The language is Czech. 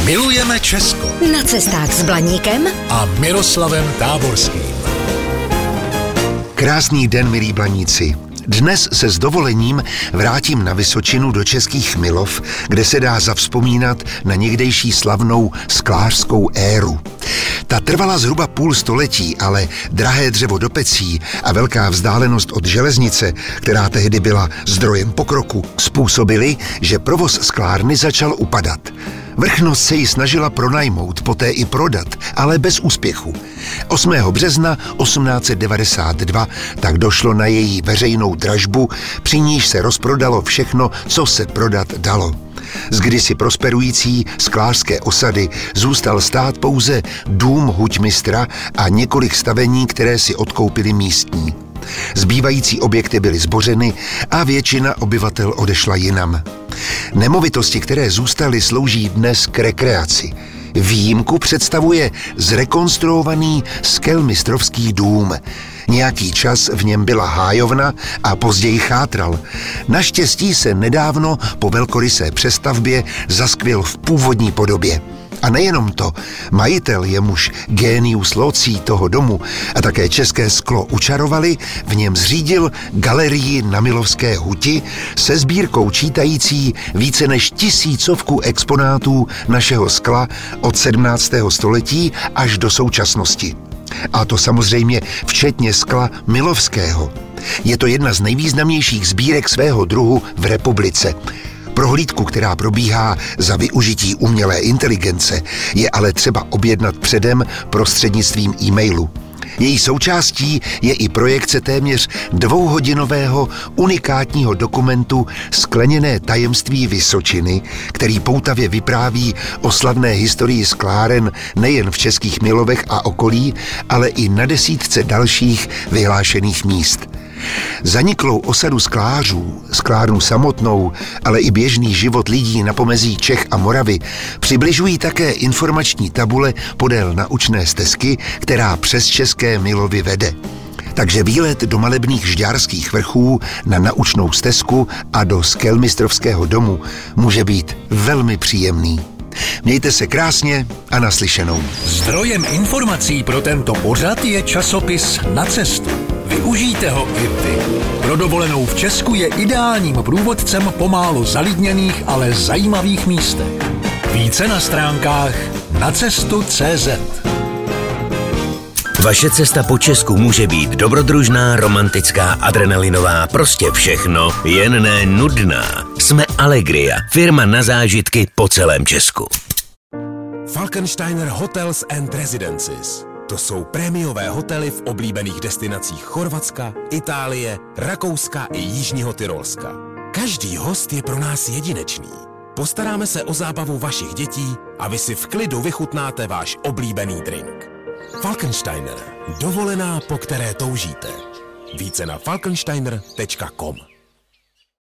Milujeme Česko. Na cestách s Blaníkem a Miroslavem Táborským. Krásný den, milí Blaníci. Dnes se s dovolením vrátím na Vysočinu do českých Milov, kde se dá zavzpomínat na někdejší slavnou sklářskou éru. Ta trvala zhruba půl století, ale drahé dřevo do pecí a velká vzdálenost od železnice, která tehdy byla zdrojem pokroku, způsobily, že provoz sklárny začal upadat. Vrchnost se ji snažila pronajmout, poté i prodat, ale bez úspěchu. 8. března 1892 tak došlo na její veřejnou dražbu, při níž se rozprodalo všechno, co se prodat dalo. Z kdysi prosperující sklářské osady zůstal stát pouze dům huťmistra a několik stavení, které si odkoupili místní. Zbývající objekty byly zbořeny a většina obyvatel odešla jinam. Nemovitosti, které zůstaly, slouží dnes k rekreaci. Výjimku představuje zrekonstruovaný skelmistrovský dům. Nějaký čas v něm byla hájovna a později chátral. Naštěstí se nedávno po velkorysé přestavbě zaskvěl v původní podobě. A nejenom to, majitel, jemuž génius loci toho domu a také české sklo učarovali, v něm zřídil galerii na Milovské huti se sbírkou čítající více než 1000 exponátů našeho skla od 17. století až do současnosti. A to samozřejmě včetně skla milovského. Je to jedna z nejvýznamnějších sbírek svého druhu v republice. Prohlídku, která probíhá za využití umělé inteligence, je ale třeba objednat předem prostřednictvím e-mailu. Její součástí je i projekce téměř 2hodinového unikátního dokumentu Skleněné tajemství Vysočiny, který poutavě vypráví o slavné historii skláren nejen v českých Milovech a okolí, ale i na desítce dalších vyhlášených míst. Zaniklou osadu sklářů, sklárnu samotnou, ale i běžný život lidí na pomezí Čech a Moravy přibližují také informační tabule podél naučné stezky, která přes české Milovy vede. Takže výlet do malebných žďárských vrchů na naučnou stezku a do skelmistrovského domu může být velmi příjemný. Mějte se krásně a naslyšenou. Zdrojem informací pro tento pořad je časopis Na cestu. Využijte ho i vy. Pro dovolenou v Česku je ideálním průvodcem po málo zalidněných, ale zajímavých místech. Více na stránkách nacestu.cz. Vaše cesta po Česku může být dobrodružná, romantická, adrenalinová, prostě všechno, jen ne nudná. Jsme Allegria, firma na zážitky po celém Česku. Falkensteiner Hotels and Residences. To jsou prémiové hotely v oblíbených destinacích Chorvatska, Itálie, Rakouska i Jižního Tyrolska. Každý host je pro nás jedinečný. Postaráme se o zábavu vašich dětí a vy si v klidu vychutnáte váš oblíbený drink. Falkensteiner. Dovolená, po které toužíte. Více na falkensteiner.com.